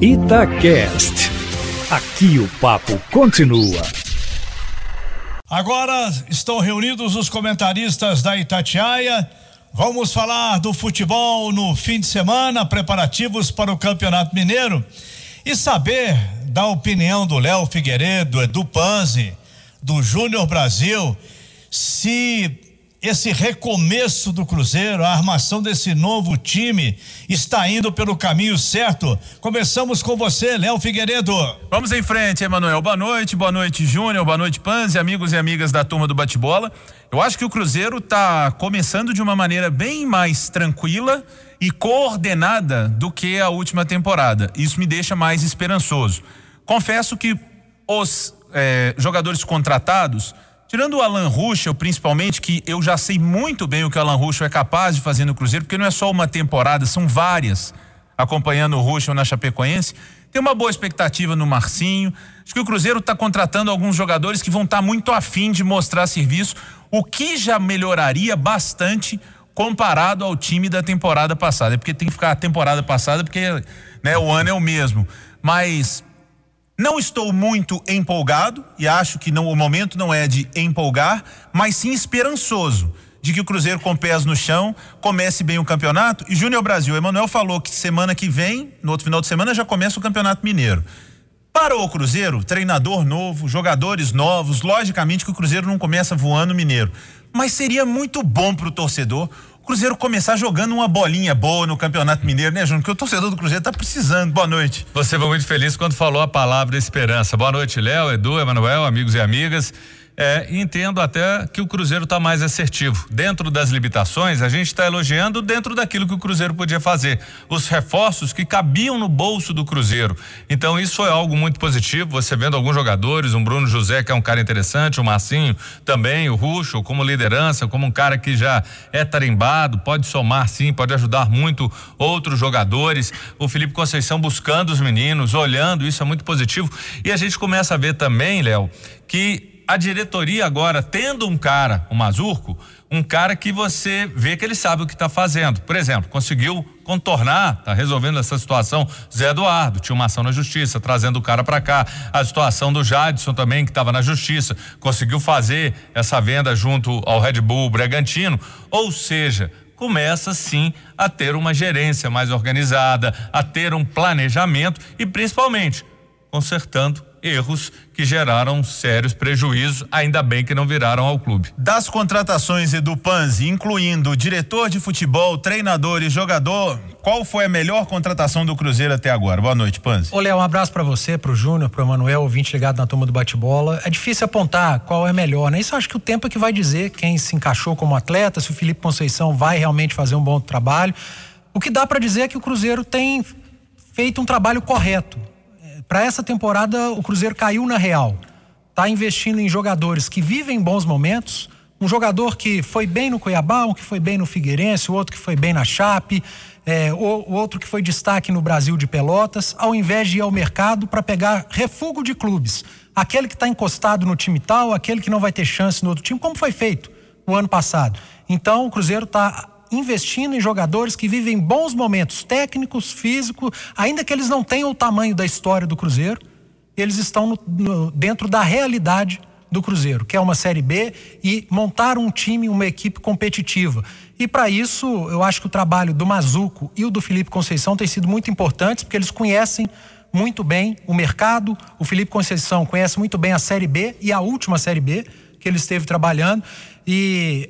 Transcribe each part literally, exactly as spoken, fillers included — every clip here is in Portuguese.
Itacast. Aqui o papo continua. Agora estão reunidos os comentaristas da Itatiaia. Vamos falar do futebol no fim de semana, preparativos para o Campeonato Mineiro e saber da opinião do Léo Figueiredo, Edu Panzi, do Júnior Brasil, se esse recomeço do Cruzeiro, a armação desse novo time está indo pelo caminho certo. Começamos com você, Léo Figueiredo. Vamos em frente, Emanuel. Boa noite, boa noite, Júnior, boa noite, Panzi, amigos e amigas da turma do Bate-Bola. Eu acho que o Cruzeiro está começando de uma maneira bem mais tranquila e coordenada do que a última temporada. Isso me deixa mais esperançoso. Confesso que os eh, jogadores contratados, tirando o Alan Ruschel, principalmente, que eu já sei muito bem o que o Alan Ruschel é capaz de fazer no Cruzeiro, porque não é só uma temporada, são várias, acompanhando o Ruschel na Chapecoense. Tem uma boa expectativa no Marcinho. Acho que o Cruzeiro está contratando alguns jogadores que vão estar tá muito afim de mostrar serviço, o que já melhoraria bastante comparado ao time da temporada passada. É porque tem que ficar a temporada passada, porque né, o ano é o mesmo. Mas não estou muito empolgado e acho que não, o momento não é de empolgar, mas sim esperançoso de que o Cruzeiro, com pés no chão, comece bem o campeonato. E Júnior Brasil, Emanuel falou que semana que vem, no outro final de semana, já começa o Campeonato Mineiro. Para o Cruzeiro, treinador novo, jogadores novos, logicamente que o Cruzeiro não começa voando mineiro, mas seria muito bom para o torcedor o Cruzeiro começar jogando uma bolinha boa no Campeonato Mineiro, né, Júnior? Porque o torcedor do Cruzeiro tá precisando. Boa noite. Você foi muito feliz quando falou a palavra esperança. Boa noite, Léo, Edu, Emanuel, amigos e amigas. É, entendo até que o Cruzeiro está mais assertivo. Dentro das limitações, a gente está elogiando dentro daquilo que o Cruzeiro podia fazer. Os reforços que cabiam no bolso do Cruzeiro. Então isso foi algo muito positivo. Você vendo alguns jogadores, um Bruno José, que é um cara interessante, o Marcinho também, o Ruschel como liderança, como um cara que já é tarimbado, pode somar sim, pode ajudar muito outros jogadores. O Felipe Conceição buscando os meninos, olhando, isso é muito positivo. E a gente começa a ver também, Léo, que a diretoria agora, tendo um cara, o Mazurco, um cara que você vê que ele sabe o que está fazendo. Por exemplo, conseguiu contornar, está resolvendo essa situação. Zé Eduardo tinha uma ação na justiça, trazendo o cara para cá. A situação do Jadson também, que estava na justiça, conseguiu fazer essa venda junto ao Red Bull Bragantino. Ou seja, começa sim a ter uma gerência mais organizada, a ter um planejamento e principalmente consertando erros que geraram sérios prejuízos, ainda bem que não viraram ao clube. Das contratações, Edu Panzi, incluindo diretor de futebol, treinador e jogador, qual foi a melhor contratação do Cruzeiro até agora? Boa noite, Panzi. Ô, Léo, um abraço pra você, pro Júnior, pro Emanuel, ouvinte ligado na turma do Bate-Bola. É difícil apontar qual é melhor, né? Isso eu acho que o tempo é que vai dizer quem se encaixou como atleta, se o Felipe Conceição vai realmente fazer um bom trabalho. O que dá pra dizer é que o Cruzeiro tem feito um trabalho correto. Para essa temporada, o Cruzeiro caiu na real. Está investindo em jogadores que vivem bons momentos. Um jogador que foi bem no Cuiabá, um que foi bem no Figueirense, o outro que foi bem na Chape, é, o, o outro que foi destaque no Brasil de Pelotas, ao invés de ir ao mercado para pegar refúgio de clubes. Aquele que está encostado no time tal, aquele que não vai ter chance no outro time, como foi feito o ano passado. Então, o Cruzeiro está investindo em jogadores que vivem bons momentos técnicos, físicos, ainda que eles não tenham o tamanho da história do Cruzeiro, eles estão no, no, dentro da realidade do Cruzeiro, que é uma Série B, e montar um time, uma equipe competitiva. E para isso, eu acho que o trabalho do Mazurco e o do Felipe Conceição tem sido muito importantes, porque eles conhecem muito bem o mercado. O Felipe Conceição conhece muito bem a Série B e a última Série B que ele esteve trabalhando, e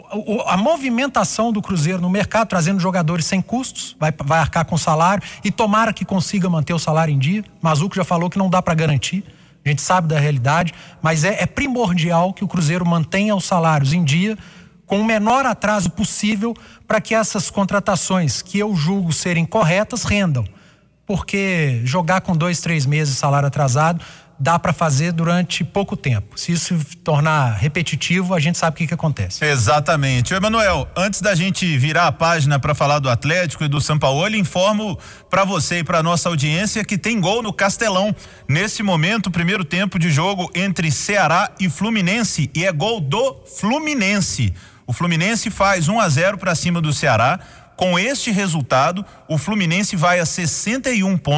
a movimentação do Cruzeiro no mercado, trazendo jogadores sem custos, vai, vai arcar com salário, e tomara que consiga manter o salário em dia. Mazurco já falou que não dá para garantir, a gente sabe da realidade, mas é, é primordial que o Cruzeiro mantenha os salários em dia, com o menor atraso possível, para que essas contratações, que eu julgo serem corretas, rendam. Porque jogar com dois, três meses de salário atrasado dá para fazer durante pouco tempo. Se isso se tornar repetitivo, a gente sabe o que que acontece. Exatamente. Emanuel, antes da gente virar a página para falar do Atlético e do Sampaoli, informo para você e para nossa audiência que tem gol no Castelão. Nesse momento, primeiro tempo de jogo entre Ceará e Fluminense, e é gol do Fluminense. O Fluminense faz um a zero para cima do Ceará. Com este resultado, o Fluminense vai a sessenta e um pontos,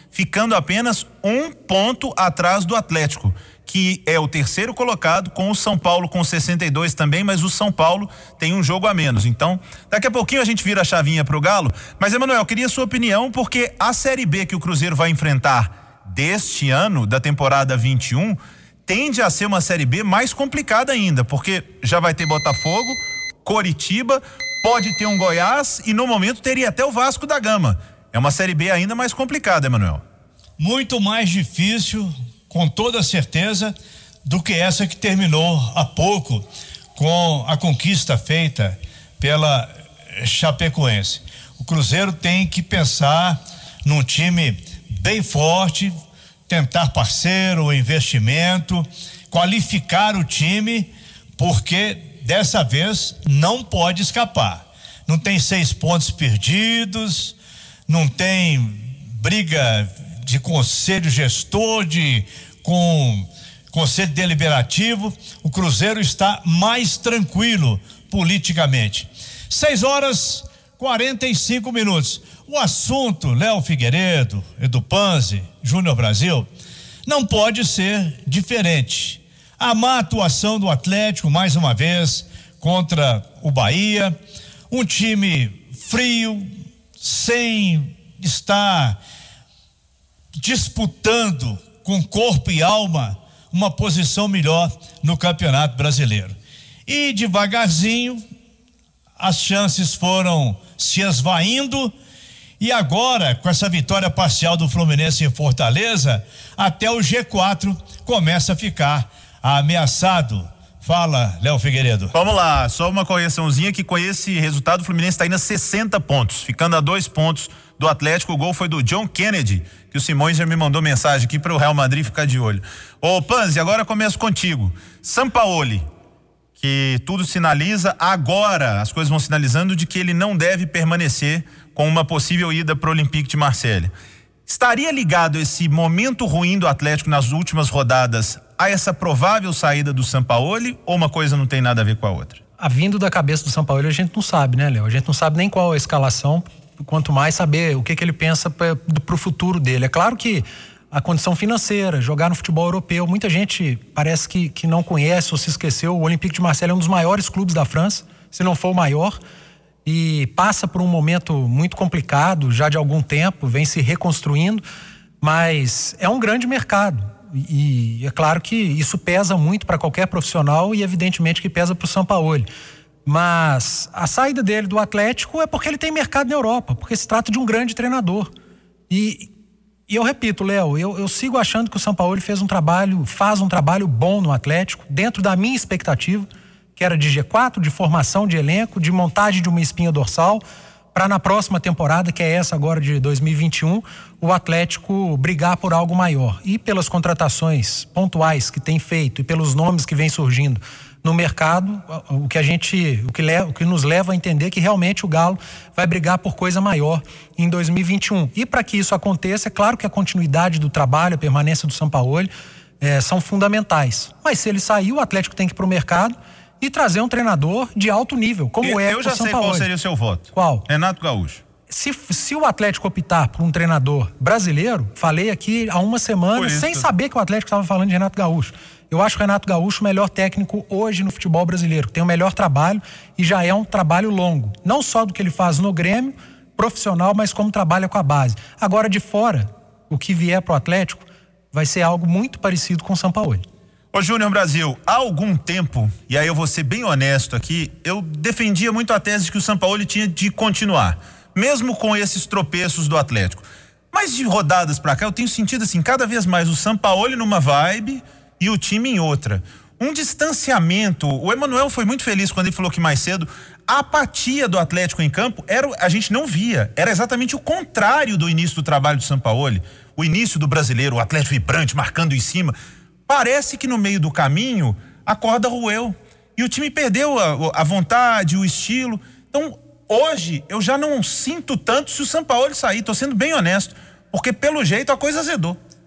ficando apenas um ponto atrás do Atlético, que é o terceiro colocado, com o São Paulo com sessenta e dois também, mas o São Paulo tem um jogo a menos. Então, daqui a pouquinho a gente vira a chavinha pro Galo. Mas, Emanuel, queria a sua opinião, porque a Série B que o Cruzeiro vai enfrentar deste ano, da temporada vinte e um, tende a ser uma Série B mais complicada ainda, porque já vai ter Botafogo, Coritiba, pode ter um Goiás e no momento teria até o Vasco da Gama. É uma Série B ainda mais complicada, Emanuel. Muito mais difícil, com toda certeza, do que essa que terminou há pouco com a conquista feita pela Chapecoense. O Cruzeiro tem que pensar num time bem forte, tentar parceiro, investimento, qualificar o time, porque dessa vez não pode escapar. Não tem seis pontos perdidos, não tem briga de conselho gestor, de com conselho deliberativo. O Cruzeiro está mais tranquilo politicamente. Seis horas quarenta e cinco minutos. O assunto, Léo Figueiredo, Edu Panzi, Júnior Brasil, não pode ser diferente. A má atuação do Atlético, mais uma vez, contra o Bahia, um time frio, sem estar disputando com corpo e alma uma posição melhor no Campeonato Brasileiro. E devagarzinho as chances foram se esvaindo, e agora, com essa vitória parcial do Fluminense em Fortaleza, até o G quatro começa a ficar ameaçado. Fala, Léo Figueiredo. Vamos lá, só uma correçãozinha, que com esse resultado o Fluminense está indo a sessenta pontos, ficando a dois pontos do Atlético. O gol foi do John Kennedy, que o Simões já me mandou mensagem aqui para o Real Madrid ficar de olho. Ô Panzi, agora começo contigo. Sampaoli, que tudo sinaliza, agora as coisas vão sinalizando de que ele não deve permanecer com uma possível ida para o Olympique de Marselha. Estaria ligado esse momento ruim do Atlético nas últimas rodadas a essa provável saída do Sampaoli, ou uma coisa não tem nada a ver com a outra? A vindo da cabeça do Sampaoli a gente não sabe, né, Léo? A gente não sabe nem qual a escalação, quanto mais saber o que, que ele pensa para o futuro dele. É claro que a condição financeira, jogar no futebol europeu, muita gente parece que, que não conhece ou se esqueceu. O Olympique de Marselha é um dos maiores clubes da França, se não for o maior, e passa por um momento muito complicado já de algum tempo, vem se reconstruindo, mas é um grande mercado e, e é claro que isso pesa muito para qualquer profissional e evidentemente que pesa para o Sampaoli. Mas a saída dele do Atlético é porque ele tem mercado na Europa, porque se trata de um grande treinador. E, e eu repito, Léo, eu, eu sigo achando que o Sampaoli fez um trabalho, faz um trabalho bom no Atlético, dentro da minha expectativa, que era de G quatro, de formação de elenco, de montagem de uma espinha dorsal, para na próxima temporada, que é essa agora de dois mil e vinte e um, o Atlético brigar por algo maior. E pelas contratações pontuais que tem feito e pelos nomes que vem surgindo no mercado, o que a gente, o que, leva, o que nos leva a entender que realmente o Galo vai brigar por coisa maior em dois mil e vinte e um. E para que isso aconteça, é claro que a continuidade do trabalho, a permanência do Sampaoli é, são fundamentais. Mas se ele sair, o Atlético tem que ir para o mercado e trazer um treinador de alto nível, como eu, é eu o já Sampaoli. sei qual seria o seu voto. Qual? Renato Gaúcho. Se, se o Atlético optar por um treinador brasileiro, falei aqui há uma semana, sem saber que o Atlético estava falando de Renato Gaúcho. Eu acho o Renato Gaúcho o melhor técnico hoje no futebol brasileiro, tem o melhor trabalho e já é um trabalho longo. Não só do que ele faz no Grêmio, profissional, mas como trabalha com a base. Agora, de fora, o que vier pro Atlético vai ser algo muito parecido com o Sampaoli. Ô Júnior Brasil, há algum tempo, e aí eu vou ser bem honesto aqui, eu defendia muito a tese de que o Sampaoli tinha de continuar, mesmo com esses tropeços do Atlético. Mas de rodadas pra cá eu tenho sentido assim, cada vez mais o Sampaoli numa vibe e o time em outra. Um distanciamento. O Emanuel foi muito feliz quando ele falou que mais cedo a apatia do Atlético em campo era, a gente não via, era exatamente o contrário do início do trabalho do Sampaoli. O início do Brasileiro, o Atlético vibrante, marcando em cima. Parece que no meio do caminho a corda roeu e o time perdeu a, a vontade, o estilo. Então hoje eu já não sinto tanto se o Sampaoli sair, tô sendo bem honesto, porque pelo jeito a coisa azedou.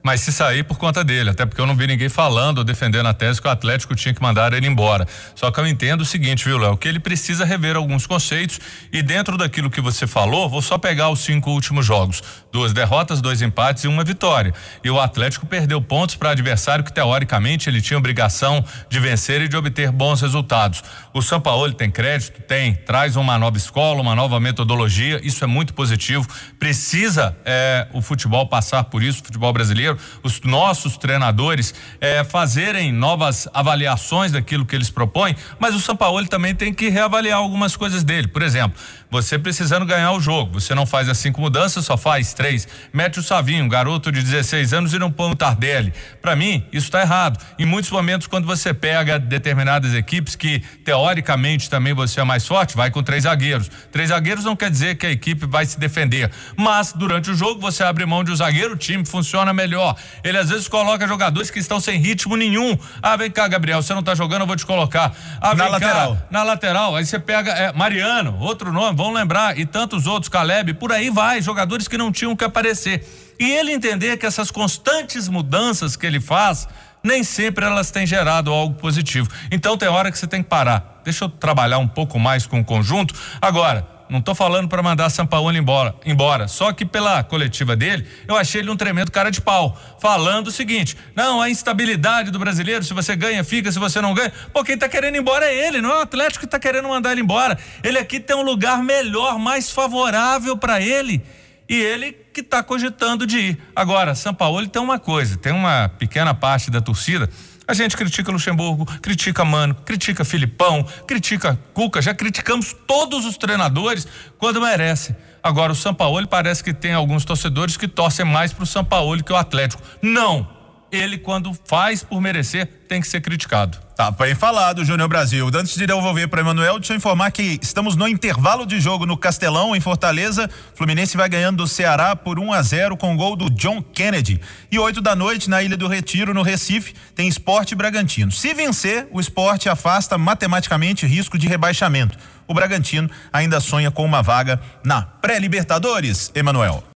Mas se sair por conta dele, até porque eu não vi ninguém falando ou defendendo a tese que o Atlético tinha que mandar ele embora. Só que eu entendo o seguinte, viu, Léo, que ele precisa rever alguns conceitos e dentro daquilo que você falou, vou só pegar os cinco últimos jogos. Duas derrotas, dois empates e uma vitória. E o Atlético perdeu pontos para adversário que teoricamente ele tinha obrigação de vencer e de obter bons resultados. O Sampaoli tem crédito? Tem. Traz uma nova escola, uma nova metodologia, isso é muito positivo. Precisa é, o futebol passar por isso, o futebol brasileiro, os nossos treinadores é, fazerem novas avaliações daquilo que eles propõem, mas o Sampaoli também tem que reavaliar algumas coisas dele. Por exemplo, você precisando ganhar o jogo, você não faz as cinco mudanças, só faz três. Mete o Savinho, um garoto de dezesseis anos, e não põe o Tardelli. Para mim, isso está errado. Em muitos momentos, quando você pega determinadas equipes que teoricamente também você é mais forte, vai com três zagueiros. Três zagueiros não quer dizer que a equipe vai se defender, mas durante o jogo você abre mão de um zagueiro, o time funciona melhor. Ele às vezes coloca jogadores que estão sem ritmo nenhum. Ah, vem cá, Gabriel, você não tá jogando, eu vou te colocar. Ah, na vem lateral. Cá, na lateral. Aí você pega é, Mariano, outro nome, vão lembrar, e tantos outros, Caleb, por aí vai, jogadores que não tinham que aparecer. E ele entender que essas constantes mudanças que ele faz, nem sempre elas têm gerado algo positivo. Então tem hora que você tem que parar. Deixa eu trabalhar um pouco mais com o conjunto. Agora, não tô falando para mandar Sampaoli embora, embora, só que pela coletiva dele, eu achei ele um tremendo cara de pau, falando o seguinte: não, a instabilidade do brasileiro, se você ganha, fica, se você não ganha, pô, quem tá querendo ir embora é ele, não é o Atlético que tá querendo mandar ele embora. Ele aqui tem um lugar melhor, mais favorável para ele, e ele que tá cogitando de ir. Agora, Sampaoli tem uma coisa, tem uma pequena parte da torcida. A gente critica Luxemburgo, critica Mano, critica Filipão, critica Cuca, já criticamos todos os treinadores quando merece. Agora o Sampaoli parece que tem alguns torcedores que torcem mais pro Sampaoli que o Atlético. Não! Ele, quando faz por merecer, tem que ser criticado. Tá bem falado, Júnior Brasil. Antes de devolver para Emanuel, deixa eu informar que estamos no intervalo de jogo no Castelão, em Fortaleza. Fluminense vai ganhando do Ceará por um a zero com gol do John Kennedy. E oito da noite, na Ilha do Retiro, no Recife, tem Sport e Bragantino. Se vencer, o Sport afasta matematicamente risco de rebaixamento. O Bragantino ainda sonha com uma vaga na pré-Libertadores, Emanuel.